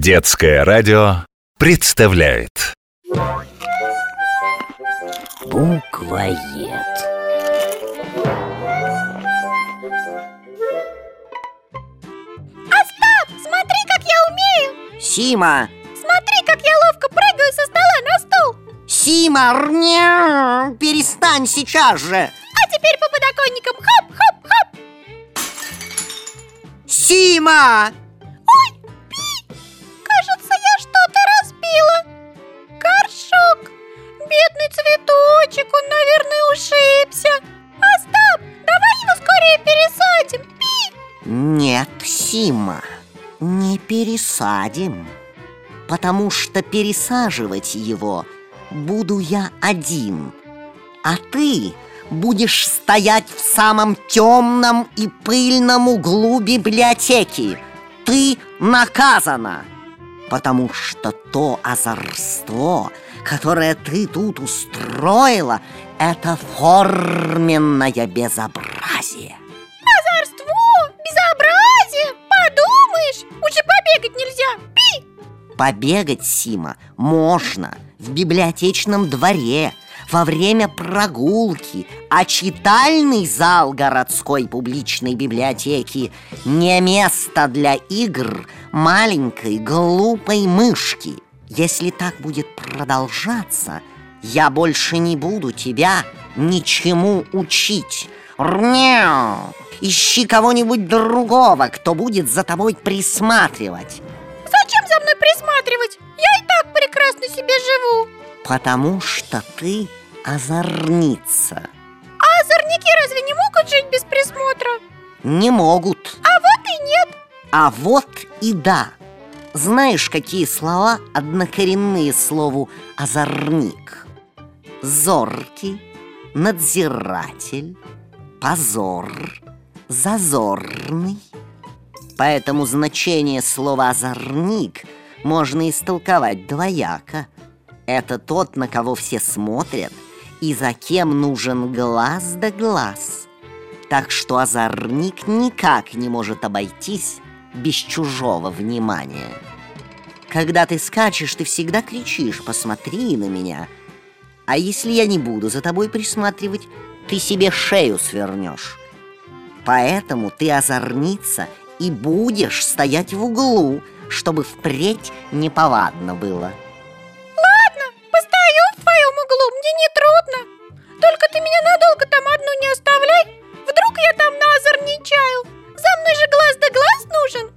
Детское радио представляет Буквоед. Остап, смотри, как я умею! Сима! Смотри, как я ловко прыгаю со стола на стол! Сима, перестань сейчас же! А теперь по подоконникам хоп-хоп-хоп! Сима! Ой, Пи! Кажется, я что-то разбила. Горшок. Бедный цветочек, он, наверное, ушибся. Остап, давай его скорее пересадим, Пи! Нет, Сима, не пересадим, потому что пересаживать его буду я один, а ты будешь стоять в самом темном и пыльном углу библиотеки. Ты наказана, потому что то озорство, которое ты тут устроила, это форменное безобразие. Озорство, безобразие, подумаешь, уже побегать нельзя, Пи! Побегать, Сима, можно в библиотечном дворе, во время прогулки, а читальный зал городской публичной библиотеки не место для игр маленькой глупой мышки. Если так будет продолжаться, я больше не буду тебя ничему учить. Рняу! Ищи кого-нибудь другого, кто будет за тобой присматривать. Зачем за мной присматривать? Я и так прекрасно себе живу. Потому что ты озорница. А озорники разве не могут жить без присмотра? Не могут. А вот и нет. А вот и да. Знаешь, какие слова однокоренные слову «озорник»? Зоркий, надзиратель, позор, зазорный. Поэтому значение слова «озорник» можно истолковать двояко. Это тот, на кого все смотрят, и за кем нужен глаз да глаз. Так что озорник никак не может обойтись без чужого внимания. Когда ты скачешь, ты всегда кричишь: «Посмотри на меня!» А если я не буду за тобой присматривать, ты себе шею свернешь. Поэтому ты озорница и будешь стоять в углу, чтобы впредь неповадно было. Постою в твоем углу, мне не трудно. Только ты меня надолго там одну не оставляй. Вдруг я там наозорничаю. За мной же глаз да глаз нужен.